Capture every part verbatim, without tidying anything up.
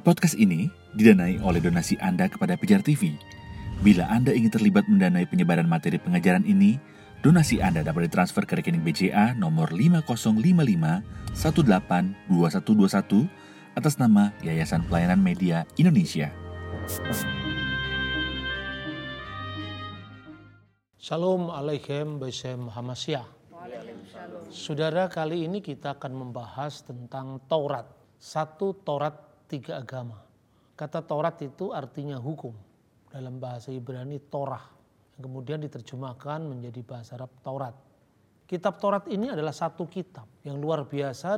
Podcast ini didanai oleh donasi Anda kepada Pijar T V. Bila Anda ingin terlibat mendanai penyebaran materi pengajaran ini, donasi Anda dapat ditransfer ke rekening B C A nomor lima nol lima lima satu delapan dua satu dua satu atas nama Yayasan Pelayanan Media Indonesia. Shalom Aleichem Besem Hamasya. Saudara, kali ini kita akan membahas tentang Taurat. Satu Taurat tiga agama. Kata Taurat itu artinya hukum. Dalam bahasa Ibrani Torah. Yang kemudian diterjemahkan menjadi bahasa Arab Taurat. Kitab Taurat ini adalah satu kitab yang luar biasa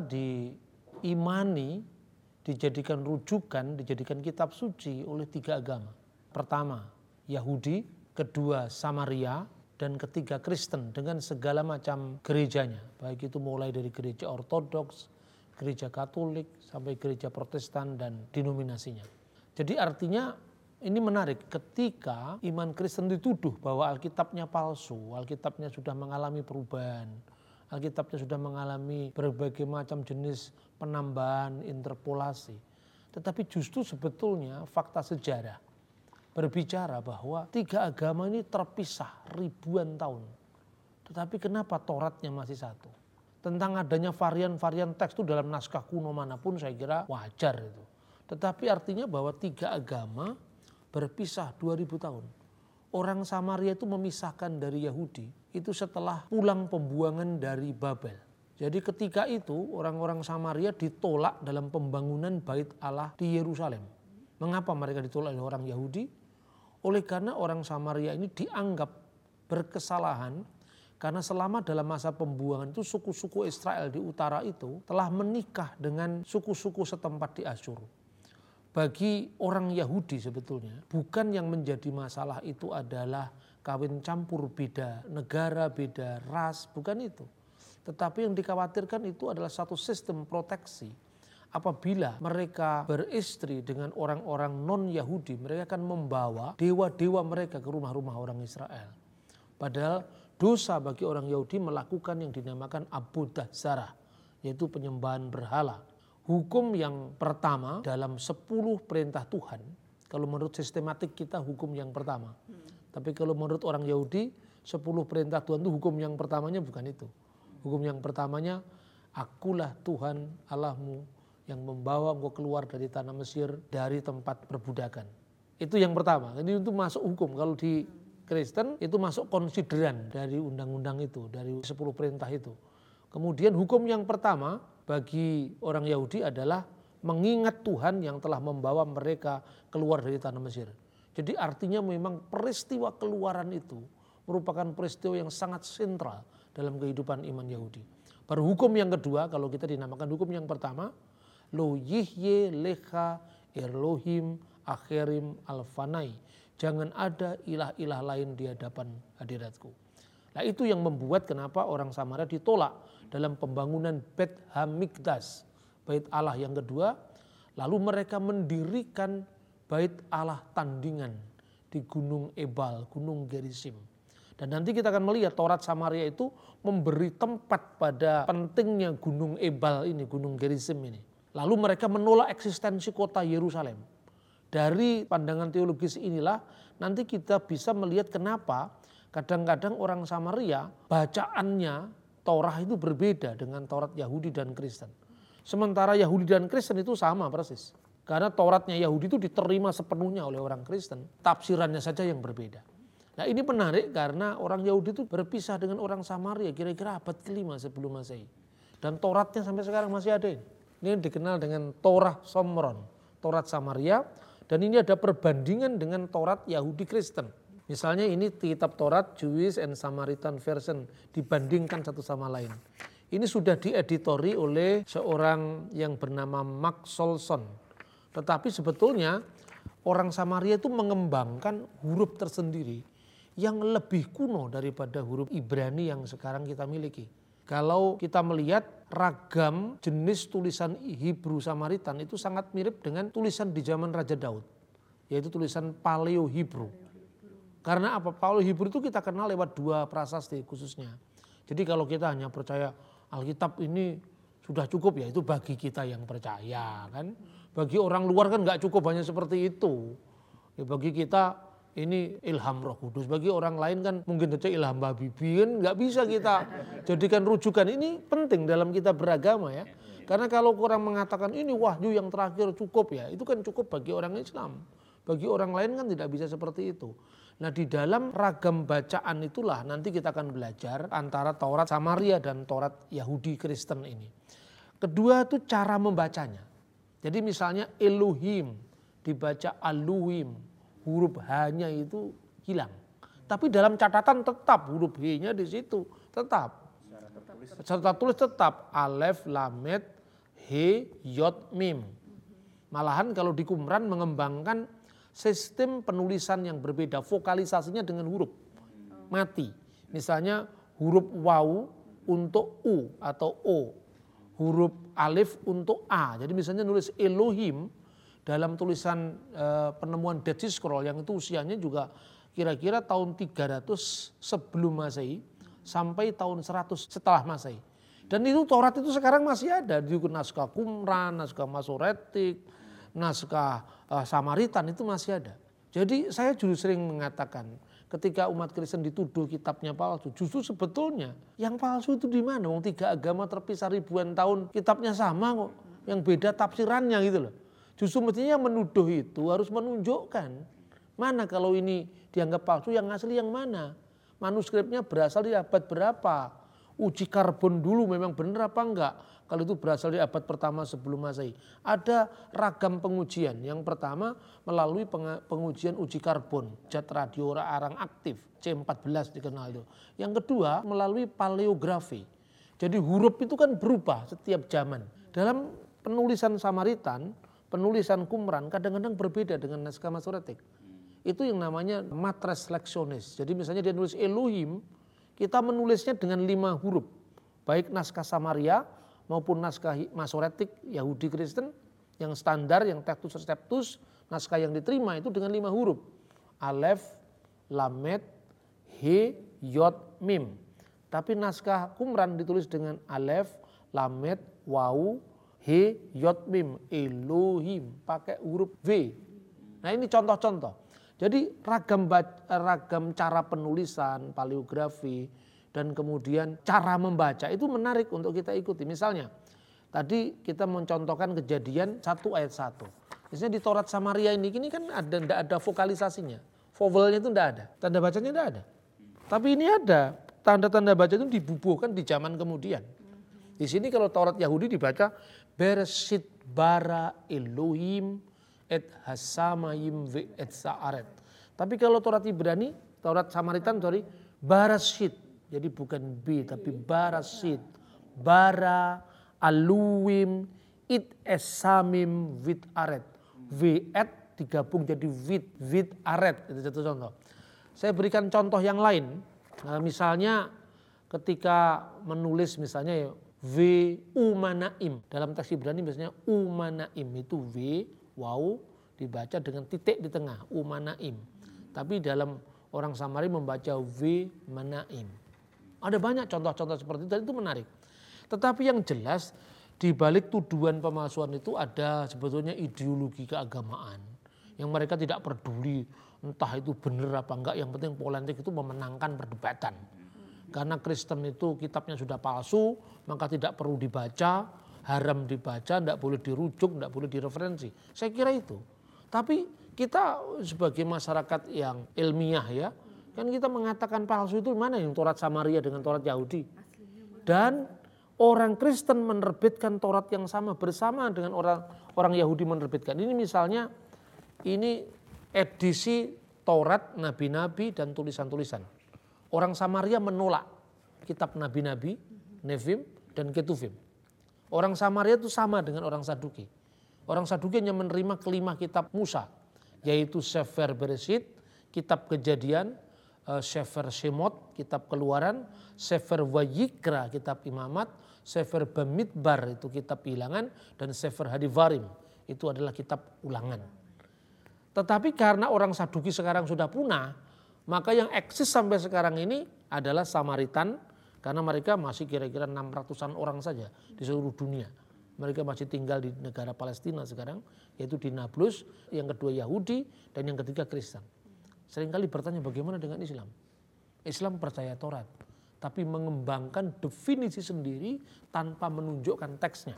diimani, dijadikan rujukan, dijadikan kitab suci oleh tiga agama. Pertama, Yahudi. Kedua, Samaria. Dan ketiga, Kristen dengan segala macam gerejanya. Baik itu mulai dari gereja Ortodoks, gereja Katolik, sampai gereja Protestan dan denominasinya. Jadi artinya ini menarik ketika iman Kristen dituduh bahwa Alkitabnya palsu, Alkitabnya sudah mengalami perubahan, Alkitabnya sudah mengalami berbagai macam jenis penambahan, interpolasi. Tetapi justru sebetulnya fakta sejarah berbicara bahwa tiga agama ini terpisah ribuan tahun. Tetapi kenapa Tauratnya masih satu? Tentang adanya varian-varian teks itu dalam naskah kuno manapun saya kira wajar itu. Tetapi artinya bahwa tiga agama berpisah dua ribu tahun. Orang Samaria itu memisahkan dari Yahudi itu setelah pulang pembuangan dari Babel. Jadi ketika itu orang-orang Samaria ditolak dalam pembangunan Bait Allah di Yerusalem. Mengapa mereka ditolak oleh orang Yahudi? Oleh karena orang Samaria ini dianggap berkesalahan karena selama dalam masa pembuangan itu suku-suku Israel di utara itu telah menikah dengan suku-suku setempat di Asyur. Bagi orang Yahudi sebetulnya bukan yang menjadi masalah itu adalah kawin campur beda negara, beda ras, bukan itu. Tetapi yang dikhawatirkan itu adalah satu sistem proteksi. Apabila mereka beristri dengan orang-orang non-Yahudi, mereka akan membawa dewa-dewa mereka ke rumah-rumah orang Israel. Padahal dosa bagi orang Yahudi melakukan yang dinamakan Abodah Zarah, yaitu penyembahan berhala. Hukum yang pertama dalam sepuluh perintah Tuhan, kalau menurut sistematik kita hukum yang pertama. Hmm. Tapi kalau menurut orang Yahudi, sepuluh perintah Tuhan itu hukum yang pertamanya bukan itu. Hukum yang pertamanya, akulah Tuhan Allahmu yang membawa engkau keluar dari tanah Mesir dari tempat perbudakan. Itu yang pertama. Ini itu masuk hukum. Kalau di Kristen itu masuk konsideran dari undang-undang itu, dari sepuluh perintah itu. Kemudian hukum yang pertama bagi orang Yahudi adalah mengingat Tuhan yang telah membawa mereka keluar dari tanah Mesir. Jadi artinya memang peristiwa keluaran itu merupakan peristiwa yang sangat sentral dalam kehidupan iman Yahudi. Baru hukum yang kedua, kalau kita dinamakan hukum yang pertama, Lo yihye lecha Elohim akhirim alfanai. Jangan ada ilah-ilah lain di hadapan hadiratku. Nah itu yang membuat kenapa orang Samaria ditolak dalam pembangunan Bet Hamikdas, Bait Allah yang kedua. Lalu mereka mendirikan Bait Allah tandingan di Gunung Ebal, Gunung Gerisim. Dan nanti kita akan melihat Taurat Samaria itu memberi tempat pada pentingnya Gunung Ebal ini, Gunung Gerisim ini. Lalu mereka menolak eksistensi kota Yerusalem. Dari pandangan teologis inilah nanti kita bisa melihat kenapa kadang-kadang orang Samaria bacaannya Taurat itu berbeda dengan Taurat Yahudi dan Kristen. Sementara Yahudi dan Kristen itu sama persis. Karena Tauratnya Yahudi itu diterima sepenuhnya oleh orang Kristen. Tafsirannya saja yang berbeda. Nah ini menarik karena orang Yahudi itu berpisah dengan orang Samaria kira-kira abad kelima sebelum Masehi. Dan Tauratnya sampai sekarang masih ada ini. Ini dikenal dengan Torah Somron, Taurat Samaria, dan ini ada perbandingan dengan Taurat Yahudi Kristen. Misalnya ini kitab Taurat Jewish and Samaritan Version dibandingkan satu sama lain. Ini sudah dieditori oleh seorang yang bernama Mark Solson. Tetapi sebetulnya orang Samaria itu mengembangkan huruf tersendiri yang lebih kuno daripada huruf Ibrani yang sekarang kita miliki. Kalau kita melihat ragam jenis tulisan Hebrew Samaritan itu sangat mirip dengan tulisan di zaman Raja Daud. Yaitu tulisan Paleo Hebrew. Karena apa? Paleo Hebrew itu kita kenal lewat dua prasasti khususnya. Jadi kalau kita hanya percaya Alkitab ini sudah cukup ya itu bagi kita yang percaya kan. Bagi orang luar kan nggak cukup hanya seperti itu. Ya bagi kita ini ilham Roh Kudus, bagi orang lain kan mungkin saja ilham Habibie kan nggak bisa kita jadikan rujukan. Ini penting dalam kita beragama ya. Karena kalau orang mengatakan ini wahyu yang terakhir cukup ya, itu kan cukup bagi orang Islam. Bagi orang lain kan tidak bisa seperti itu. Nah di dalam ragam bacaan itulah nanti kita akan belajar antara Taurat Samaria dan Taurat Yahudi Kristen ini. Kedua itu cara membacanya. Jadi misalnya Elohim dibaca Aluhim, huruf H-nya itu hilang. Tapi dalam catatan tetap huruf H-nya di situ tetap. Serta tulis tetap Alef, Lamet, He, Yod, Mim. Malahan kalau di Qumran mengembangkan sistem penulisan yang berbeda, vokalisasinya dengan huruf mati. Misalnya huruf Waw untuk U atau O, huruf Alif untuk A. Jadi misalnya nulis Elohim dalam tulisan e, penemuan Dead Sea Scroll yang itu usianya juga kira-kira tahun tiga ratus sebelum Masehi sampai tahun seratus setelah Masehi. Dan itu Taurat itu sekarang masih ada di naskah Qumran, naskah Masoretik, naskah e, Samaritan itu masih ada. Jadi saya justru sering mengatakan ketika umat Kristen dituduh kitabnya palsu, justru sebetulnya yang palsu itu di mana? Wong tiga agama terpisah ribuan tahun, kitabnya sama kok, yang beda tafsirannya gitu loh. Justru mestinya yang menuduh itu harus menunjukkan mana kalau ini dianggap palsu, yang asli yang mana. Manuskripnya berasal di abad berapa. Uji karbon dulu memang benar apa enggak. Kalau itu berasal di abad pertama sebelum Masehi. Ada ragam pengujian. Yang pertama melalui pengujian uji karbon. Zat radio arang aktif. C empat belas dikenal itu. Yang kedua melalui paleografi. Jadi huruf itu kan berubah setiap zaman. Dalam penulisan Samaritan, penulisan Qumran kadang-kadang berbeda dengan naskah Masoretik. Itu yang namanya matres leksionis. Jadi misalnya dia nulis Elohim, kita menulisnya dengan lima huruf. Baik naskah Samaria maupun naskah Masoretik Yahudi Kristen yang standar, yang Textus Receptus, naskah yang diterima itu dengan lima huruf. Alef, Lamet, He, Yod, Mim. Tapi naskah Qumran ditulis dengan Alef, Lamet, Waw, He, Yod, Mim, Elohim, pakai huruf V. Nah ini contoh-contoh. Jadi ragam ragam cara penulisan, paleografi, dan kemudian cara membaca itu menarik untuk kita ikuti. Misalnya tadi kita mencontohkan kejadian satu ayat satu. Misalnya di Taurat Samaria ini, ini kan ada tidak ada vokalisasinya. Vowelnya itu tidak ada, tanda bacanya tidak ada. Tapi ini ada, tanda-tanda baca itu dibubuhkan di zaman kemudian. Di sini kalau Taurat Yahudi dibaca Bereshit bara Elohim et hasamayim ve et sa'aret. Tapi kalau Taurat Ibrani, Taurat Samaritan sorry, Bereshit. Jadi bukan B tapi Bereshit. Bara aluim it esamim vit aret. V et digabung jadi vit, vit aret. Itu satu contoh. Saya berikan contoh yang lain. Nah, misalnya ketika menulis misalnya ya, V umanaim. Dalam teks Ibrani biasanya umanaim itu V, waw dibaca dengan titik di tengah, umanaim. Tapi dalam orang Samaria membaca V manaim. Ada banyak contoh-contoh seperti itu dan itu menarik. Tetapi yang jelas di balik tuduhan pemalsuan itu ada sebetulnya ideologi keagamaan. Yang mereka tidak peduli entah itu benar apa enggak, yang penting politik itu memenangkan perdebatan. Karena Kristen itu kitabnya sudah palsu, maka tidak perlu dibaca, haram dibaca, tidak boleh dirujuk, tidak boleh direferensi. Saya kira itu. Tapi kita sebagai masyarakat yang ilmiah ya, kan kita mengatakan palsu itu mana yang Taurat Samaria dengan Taurat Yahudi. Dan orang Kristen menerbitkan Taurat yang sama bersama dengan orang orang Yahudi menerbitkan. Ini misalnya ini edisi Taurat, nabi-nabi dan tulisan-tulisan. Orang Samaria menolak kitab nabi-nabi, Nevim dan Ketuvim. Orang Samaria itu sama dengan orang Saduki. Orang Saduki hanya menerima kelima kitab Musa, yaitu Sefer Bereshit, kitab Kejadian, Sefer Shemot, kitab Keluaran, Sefer Vayikra, kitab Imamat, Sefer Bamidbar, itu kitab Bilangan, dan Sefer Hadivarim, itu adalah kitab Ulangan. Tetapi karena orang Saduki sekarang sudah punah, maka yang eksis sampai sekarang ini adalah Samaritan, Karena mereka masih kira-kira enam ratusan orang saja di seluruh dunia. Mereka masih tinggal di negara Palestina sekarang, yaitu di Nablus, yang kedua Yahudi, dan yang ketiga Kristen. Seringkali bertanya bagaimana dengan Islam? Islam percaya Taurat, tapi mengembangkan definisi sendiri tanpa menunjukkan teksnya.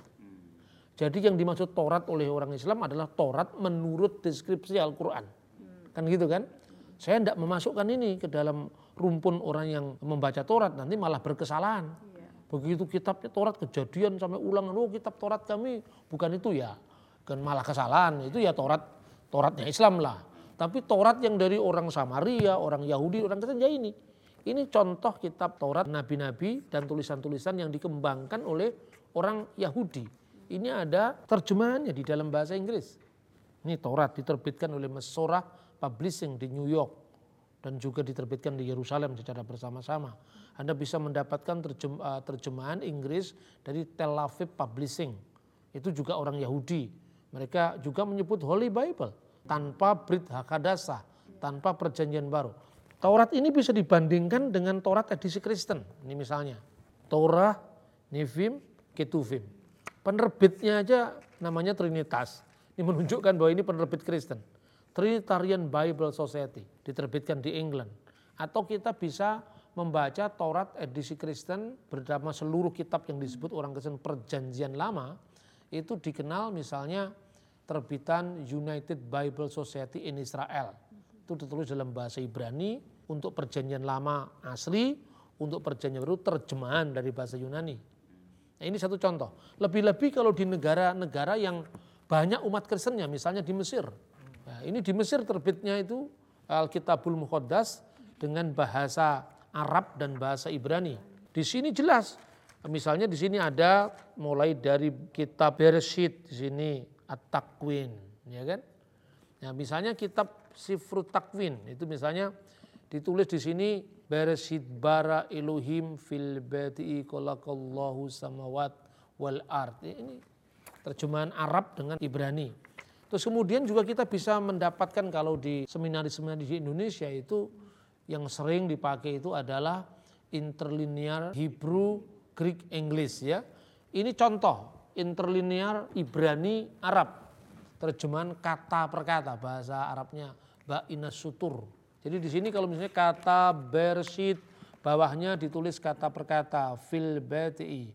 Jadi yang dimaksud Taurat oleh orang Islam adalah Taurat menurut deskripsi Al-Quran. Kan gitu kan? Saya tidak memasukkan ini ke dalam rumpun orang yang membaca Taurat, nanti malah berkesalahan. Begitu kitabnya Taurat kejadian sampai ulangan, oh kitab Taurat kami bukan itu ya. Kan malah kesalahan, itu ya Taurat, Tauratnya Islam lah. Tapi Taurat yang dari orang Samaria, orang Yahudi, orang Kristen ya ini. Ini contoh kitab Taurat nabi-nabi dan tulisan-tulisan yang dikembangkan oleh orang Yahudi. Ini ada terjemahannya di dalam bahasa Inggris. Ini Taurat diterbitkan oleh Masorah Publishing di New York dan juga diterbitkan di Yerusalem secara bersama-sama. Anda bisa mendapatkan terjem, uh, terjemahan Inggris dari Tel Aviv Publishing. Itu juga orang Yahudi. Mereka juga menyebut Holy Bible tanpa Brit Hakadasa, tanpa perjanjian baru. Taurat ini bisa dibandingkan dengan Taurat edisi Kristen. Ini misalnya Torah, Nevim, Ketuvim. Penerbitnya aja namanya Trinitas. Ini menunjukkan bahwa ini penerbit Kristen. Trinitarian Bible Society diterbitkan di England. Atau kita bisa membaca Taurat edisi Kristen bersama seluruh kitab yang disebut orang Kristen Perjanjian Lama. Itu dikenal misalnya terbitan United Bible Society in Israel. Itu ditulis dalam bahasa Ibrani untuk Perjanjian Lama asli, untuk Perjanjian Baru terjemahan dari bahasa Yunani. Nah, ini satu contoh. Lebih-lebih kalau di negara-negara yang banyak umat Kristennya, misalnya di Mesir. Nah, ini di Mesir terbitnya itu Alkitabul Muqaddas dengan bahasa Arab dan bahasa Ibrani. Di sini jelas, misalnya di sini ada mulai dari kitab Bereshit, di sini At-Takwin, ya kan? Nah, misalnya kitab Sifrut Takwin itu misalnya ditulis di sini Bereshit bara Elohim fil badi'i khalaqallahu samawat wal ard. Ini terjemahan Arab dengan Ibrani. Terus kemudian juga kita bisa mendapatkan kalau di seminari-seminari di Indonesia itu yang sering dipakai itu adalah interlinear Hebrew Greek English ya. Ini contoh interlinear Ibrani Arab. Terjemahan kata per kata, bahasa Arabnya Ba'ina Sutur. Jadi di sini kalau misalnya kata Bereshit, bawahnya ditulis kata per kata fil badi'i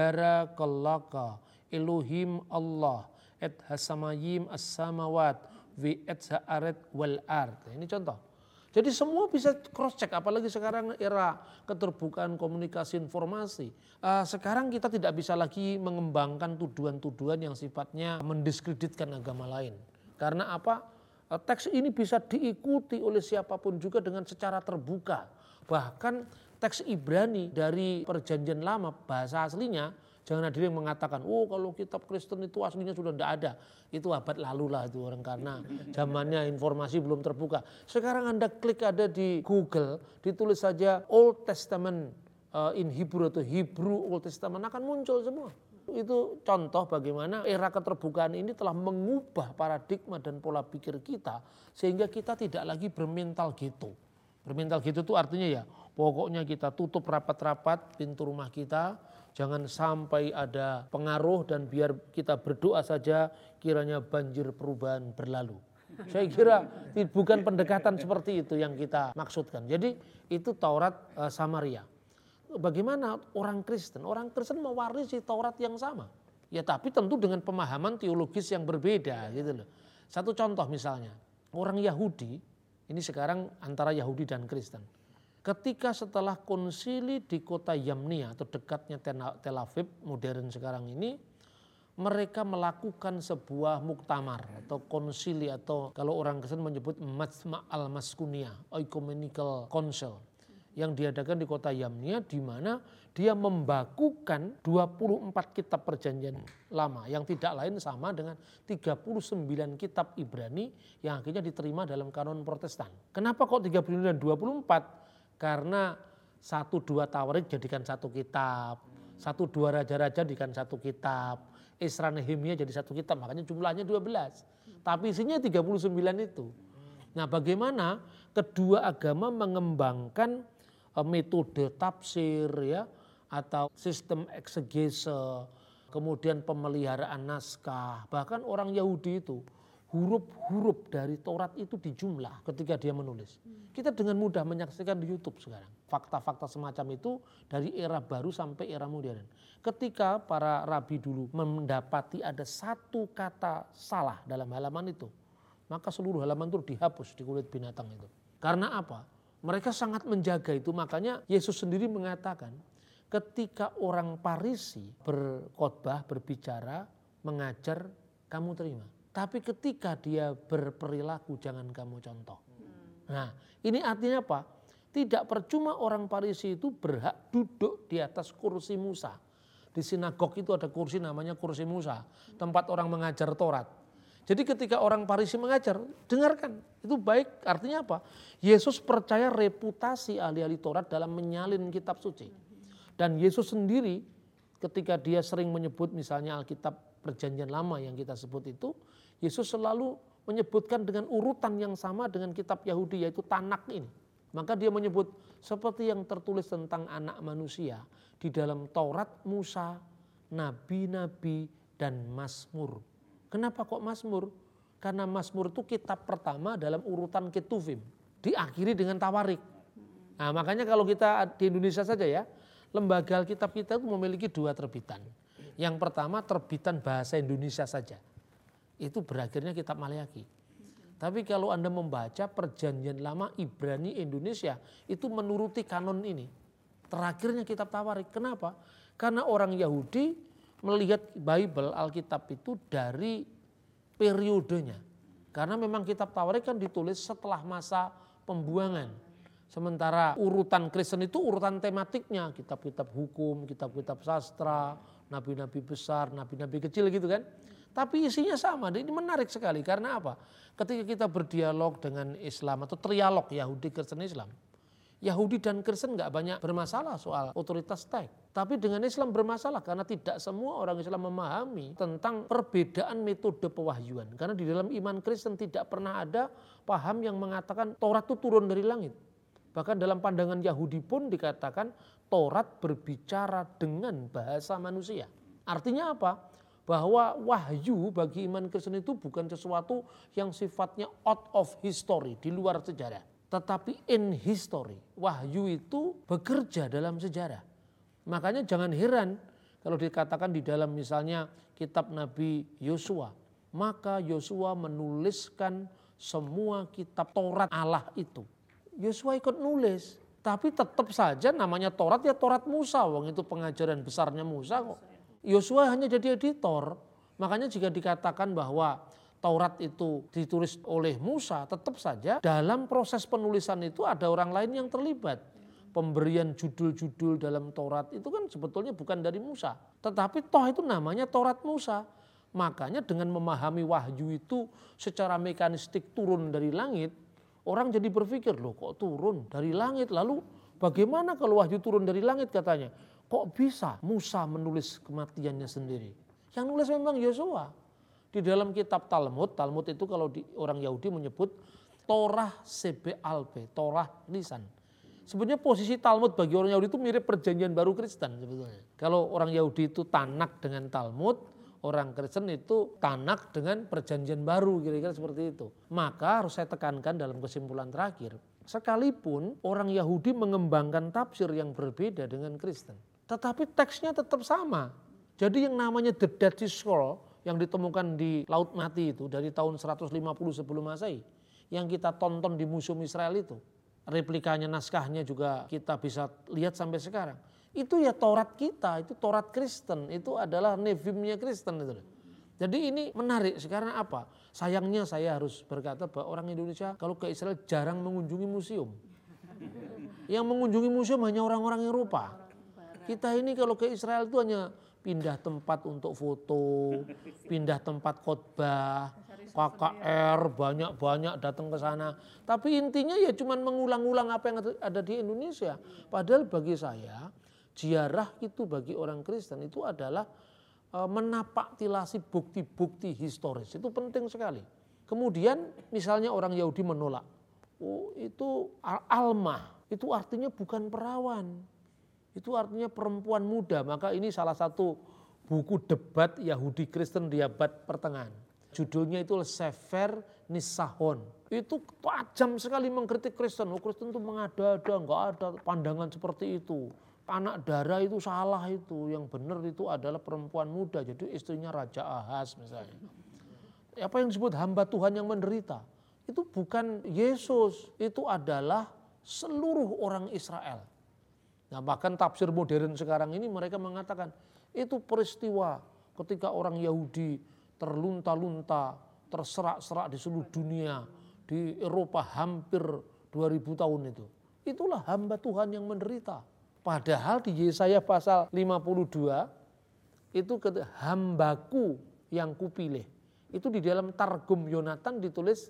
barakalaka Elohim Allah et hasamayim as-samawat vi et ha'aret wal ard. Ini contoh. Jadi semua bisa cross check, apalagi sekarang era keterbukaan komunikasi informasi. Uh, sekarang kita tidak bisa lagi mengembangkan tuduhan-tuduhan yang sifatnya mendiskreditkan agama lain. Karena apa? Uh, teks ini bisa diikuti oleh siapapun juga dengan secara terbuka. Bahkan teks Ibrani dari Perjanjian Lama bahasa aslinya, jangan ada yang mengatakan, oh kalau kitab Kristen itu aslinya sudah tidak ada. Itu abad lalu lah itu orang, karena zamannya informasi belum terbuka. Sekarang Anda klik ada di Google, ditulis saja Old Testament in Hebrew atau Hebrew Old Testament akan muncul semua. Itu contoh bagaimana era keterbukaan ini telah mengubah paradigma dan pola pikir kita sehingga kita tidak lagi bermental gitu. Bermental gitu itu artinya ya pokoknya kita tutup rapat-rapat pintu rumah kita, jangan sampai ada pengaruh dan biar kita berdoa saja kiranya banjir perubahan berlalu. Saya kira bukan pendekatan seperti itu yang kita maksudkan. Jadi itu Taurat uh, Samaria. Bagaimana orang Kristen? Orang Kristen mewarisi Taurat yang sama. Ya tapi tentu dengan pemahaman teologis yang berbeda gitu loh. Satu contoh misalnya, orang Yahudi, ini sekarang antara Yahudi dan Kristen. Ketika setelah konsili di kota Yamnia atau dekatnya Tel Aviv modern sekarang ini, mereka melakukan sebuah muktamar atau konsili atau kalau orang Kristen menyebut Majma' al-Maskuniyah, Ecumenical Council, yang diadakan di kota Yamnia, di mana dia membakukan dua puluh empat kitab perjanjian lama yang tidak lain sama dengan tiga puluh sembilan kitab Ibrani yang akhirnya diterima dalam kanon Protestan. Kenapa kok tiga puluh sembilan dan dua puluh empat? Karena satu dua Tawarit jadikan satu kitab, satu dua Raja-Raja jadikan satu kitab, Esra Nehemia jadi satu kitab, makanya jumlahnya dua belas. Tapi isinya tiga puluh sembilan itu. Nah, bagaimana kedua agama mengembangkan metode tafsir ya, atau sistem eksegese, kemudian pemeliharaan naskah. Bahkan orang Yahudi itu huruf-huruf dari Taurat itu dijumlah ketika dia menulis. Kita dengan mudah menyaksikan di YouTube sekarang. Fakta-fakta semacam itu dari era baru sampai era modern. Ketika para rabi dulu mendapati ada satu kata salah dalam halaman itu, maka seluruh halaman itu dihapus di kulit binatang itu. Karena apa? Mereka sangat menjaga itu. Makanya Yesus sendiri mengatakan ketika orang Farisi berkhotbah, berbicara, mengajar, kamu terima. Tapi ketika dia berperilaku jangan kamu contoh. Nah, ini artinya apa? Tidak percuma orang Farisi itu berhak duduk di atas kursi Musa. Di sinagog itu ada kursi namanya kursi Musa, tempat orang mengajar Taurat. Jadi ketika orang Farisi mengajar, dengarkan. Itu baik, artinya apa? Yesus percaya reputasi ahli-ahli Taurat dalam menyalin kitab suci. Dan Yesus sendiri ketika dia sering menyebut misalnya Alkitab Perjanjian Lama yang kita sebut itu, Yesus selalu menyebutkan dengan urutan yang sama dengan kitab Yahudi yaitu Tanak ini. Maka dia menyebut seperti yang tertulis tentang anak manusia di dalam Taurat, Musa, nabi-nabi dan Mazmur. Kenapa kok Mazmur? Karena Mazmur itu kitab pertama dalam urutan Ketuvim. Diakhiri dengan Tawarik. Nah, makanya kalau kita di Indonesia saja ya, lembaga Alkitab kita itu memiliki dua terbitan. Yang pertama terbitan bahasa Indonesia saja. Itu berakhirnya kitab Maleakhi. Tapi kalau Anda membaca Perjanjian Lama Ibrani Indonesia itu menuruti kanon ini. Terakhirnya kitab Tawarik. Kenapa? Karena orang Yahudi melihat Bible Alkitab itu dari periodenya. Karena memang kitab Tawarik kan ditulis setelah masa pembuangan. Sementara urutan Kristen itu urutan tematiknya. Kitab-kitab hukum, kitab-kitab sastra, nabi-nabi besar, nabi-nabi kecil gitu kan. Tapi isinya sama, ini menarik sekali karena apa? Ketika kita berdialog dengan Islam atau trialog Yahudi Kristen Islam, Yahudi dan Kristen nggak banyak bermasalah soal otoritas teks. Tapi dengan Islam bermasalah karena tidak semua orang Islam memahami tentang perbedaan metode pewahyuan. Karena di dalam iman Kristen tidak pernah ada paham yang mengatakan Taurat itu turun dari langit. Bahkan dalam pandangan Yahudi pun dikatakan Taurat berbicara dengan bahasa manusia. Artinya apa? Bahwa wahyu bagi iman Kristen itu bukan sesuatu yang sifatnya out of history, di luar sejarah. Tetapi in history, wahyu itu bekerja dalam sejarah. Makanya jangan heran kalau dikatakan di dalam misalnya kitab Nabi Yosua. Maka Yosua menuliskan semua kitab Taurat Allah itu. Yosua ikut nulis, tapi tetap saja namanya Taurat ya Taurat Musa. Wong itu pengajaran besarnya Musa kok. Yosua hanya jadi editor. Makanya jika dikatakan bahwa Taurat itu ditulis oleh Musa, tetap saja dalam proses penulisan itu ada orang lain yang terlibat. Pemberian judul-judul dalam Taurat itu kan sebetulnya bukan dari Musa. Tetapi toh itu namanya Taurat Musa. Makanya dengan memahami wahyu itu secara mekanistik turun dari langit, orang jadi berpikir, loh kok turun dari langit? Lalu bagaimana kalau wahyu turun dari langit katanya? Kok bisa Musa menulis kematiannya sendiri? Yang nulis memang Yosua. Di dalam kitab Talmud, Talmud itu kalau di, orang Yahudi menyebut Torah Sebe-Alpe, Torah lisan. Sebenarnya posisi Talmud bagi orang Yahudi itu mirip Perjanjian Baru Kristen sebetulnya. Kalau orang Yahudi itu Tanak dengan Talmud, orang Kristen itu Tanak dengan Perjanjian Baru, kira-kira seperti itu. Maka harus saya tekankan dalam kesimpulan terakhir, sekalipun orang Yahudi mengembangkan tafsir yang berbeda dengan Kristen, tetapi teksnya tetap sama. Jadi yang namanya The Dead Sea Scroll yang ditemukan di Laut Mati itu dari tahun seratus lima puluh sebelum Masehi, yang kita tonton di Museum Israel itu, replikanya, naskahnya juga kita bisa lihat sampai sekarang. Itu ya Taurat kita, itu Taurat Kristen, itu adalah Nevimnya Kristen itu. Jadi ini menarik sekarang apa? Sayangnya saya harus berkata bahwa orang Indonesia kalau ke Israel jarang mengunjungi museum. Yang mengunjungi museum hanya orang-orang Eropa. Kita ini kalau ke Israel itu hanya pindah tempat untuk foto, pindah tempat khotbah, K K R banyak-banyak datang ke sana. Tapi intinya ya cuma mengulang-ulang apa yang ada di Indonesia. Padahal bagi saya ziarah itu bagi orang Kristen itu adalah e, menapaktilasi bukti-bukti historis. Itu penting sekali. Kemudian misalnya orang Yahudi menolak. Oh itu alma, itu artinya bukan perawan. Itu artinya perempuan muda. Maka ini salah satu buku debat Yahudi Kristen di abad pertengahan. Judulnya itu Sefer Nisahon. Itu tajam sekali mengkritik Kristen. Oh, Kristen itu mengada-ada, enggak ada pandangan seperti itu. Anak darah itu salah itu. Yang benar itu adalah perempuan muda. Jadi istrinya Raja Ahaz misalnya. Apa yang disebut hamba Tuhan yang menderita. Itu bukan Yesus. Itu adalah seluruh orang Israel. Nah, bahkan tafsir modern sekarang ini mereka mengatakan itu peristiwa ketika orang Yahudi terlunta-lunta, terserak-serak di seluruh dunia, di Eropa hampir dua ribu tahun itu. Itulah hamba Tuhan yang menderita. Padahal di Yesaya pasal lima puluh dua itu kata hambaku yang kupilih. Itu di dalam Targum Yonatan ditulis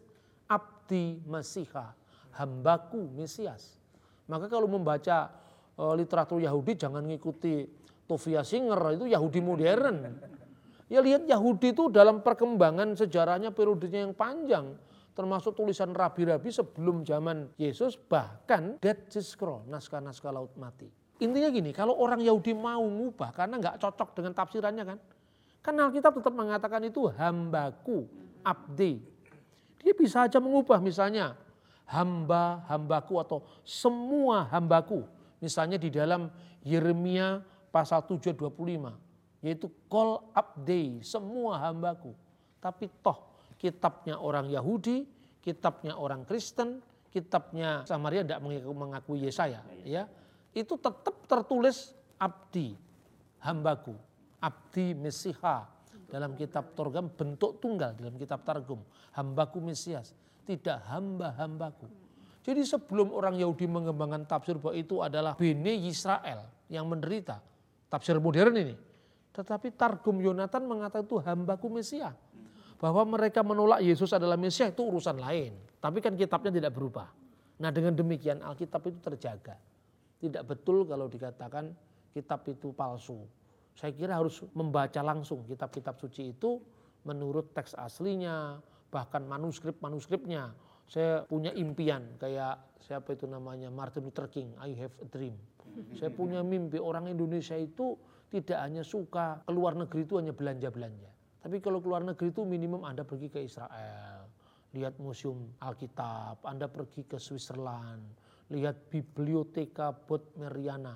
Abdi Masiha, hambaku Mesias. Maka kalau membaca literatur Yahudi jangan ngikuti Tovia Singer, itu Yahudi modern. Ya lihat Yahudi itu dalam perkembangan sejarahnya periodenya yang panjang. Termasuk tulisan rabi-rabi sebelum zaman Yesus, bahkan Dead Sea Scroll, naskah-naskah laut mati. Intinya gini, kalau orang Yahudi mau ngubah karena gak cocok dengan tafsirannya kan. Kan Alkitab tetap mengatakan itu hambaku, abdi. Dia bisa aja mengubah misalnya hamba, hambaku atau semua hambaku. Misalnya di dalam Yeremia pasal tujuh ayat dua puluh lima. Yaitu kol abdei, semua hambaku. Tapi toh kitabnya orang Yahudi, kitabnya orang Kristen, kitabnya Samaria tidak mengakui Yesaya. Ya, itu tetap tertulis abdi, hambaku. Abdi Mesiha dalam kitab Torgam bentuk tunggal dalam kitab Targum. Hambaku Mesias, tidak hamba-hambaku. Jadi sebelum orang Yahudi mengembangkan tafsir bahwa itu adalah Bene Yisrael yang menderita, tafsir modern ini. Tetapi Targum Yonatan mengatakan itu hambaku Mesias. Bahwa mereka menolak Yesus adalah Mesias itu urusan lain. Tapi kan kitabnya tidak berubah. Nah dengan demikian Alkitab itu terjaga. Tidak betul kalau dikatakan kitab itu palsu. Saya kira harus membaca langsung kitab-kitab suci itu menurut teks aslinya, bahkan manuskrip-manuskripnya. Saya punya impian kayak siapa itu namanya Martin Luther King, I have a dream. Saya punya mimpi orang Indonesia itu tidak hanya suka keluar negeri itu hanya belanja-belanja. Tapi kalau keluar negeri itu minimum Anda pergi ke Israel, lihat museum Alkitab, Anda pergi ke Switzerland, lihat Biblioteka Bodmeriana.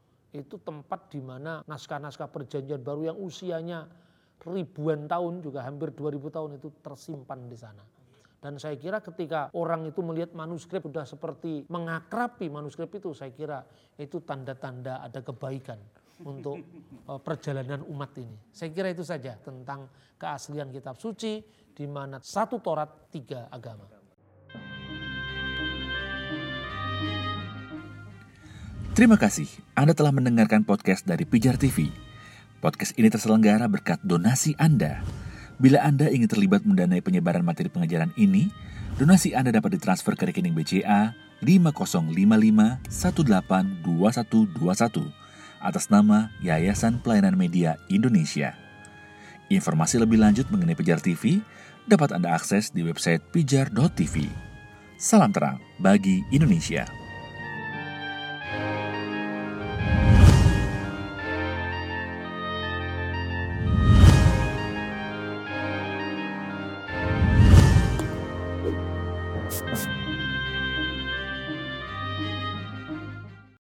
Itu tempat di mana naskah-naskah perjanjian baru yang usianya ribuan tahun, juga hampir dua ribu tahun itu tersimpan di sana. Dan saya kira ketika orang itu melihat manuskrip sudah seperti mengakrabi manuskrip itu, saya kira itu tanda-tanda ada kebaikan untuk perjalanan umat ini. Saya kira itu saja tentang keaslian kitab suci di mana satu Taurat, tiga agama. Terima kasih Anda telah mendengarkan podcast dari Pijar T V. Podcast ini terselenggara berkat donasi Anda. Bila Anda ingin terlibat mendanai penyebaran materi pengajaran ini, donasi Anda dapat ditransfer ke rekening B C A lima nol lima lima satu delapan dua satu dua satu atas nama Yayasan Pelayanan Media Indonesia. Informasi lebih lanjut mengenai Pijar T V dapat Anda akses di website pijar dot t v. Salam terang bagi Indonesia.